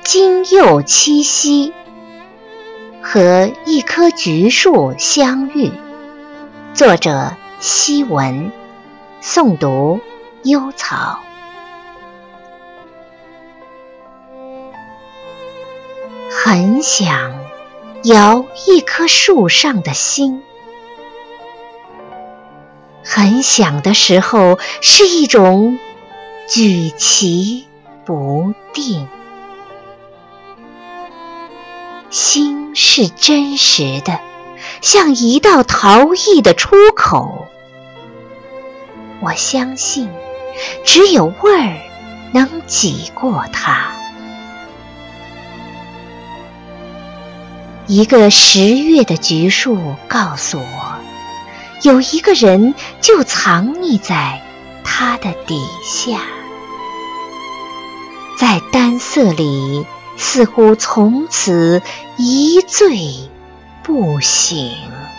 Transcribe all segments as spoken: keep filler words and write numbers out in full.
金柚七夕，和一棵橘树相遇。作者西文，诵读幽草。很想摇一棵树上的心，很想的时候是一种举棋不定。心是真实的，像一道逃逸的出口。我相信，只有味儿能挤过它。一个十月的橘树告诉我，有一个人就藏匿在它的底下，在丹色里似乎从此一醉不醒。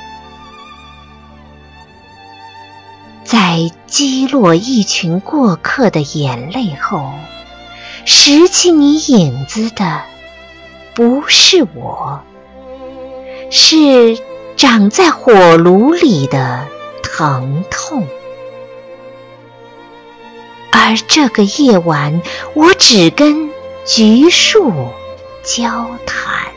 在击落一群过客的眼泪后，拾起你影子的不是我，是长在火炉里的疼痛。而这个夜晚，我只跟橘树交谈，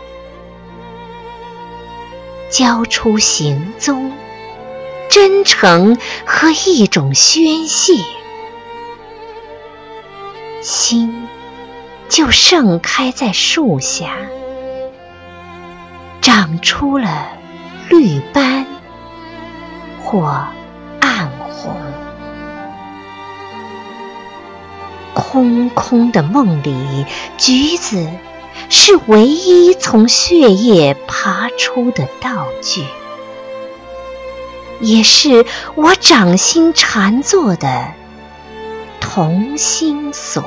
交出行踪，真诚和一种宣泄，心就盛开在树下，长出了绿斑或暗红。空空的梦里，橘子是唯一从血液爬出的道具，也是我掌心缠作的同心锁。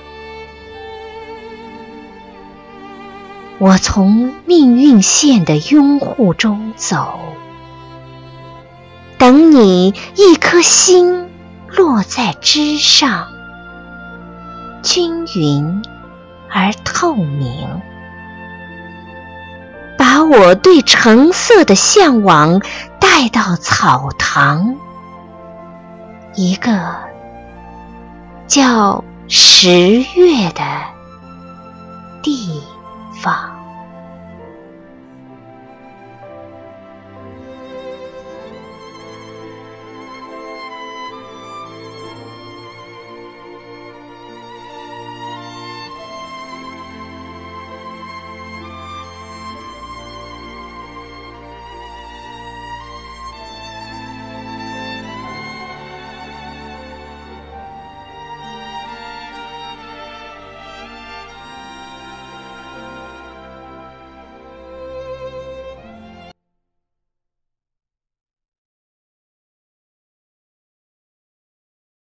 我从命运线的拥护中走，等你一颗心落在枝上，均匀而透明，把我对橙色的向往带到草堂，一个叫十月的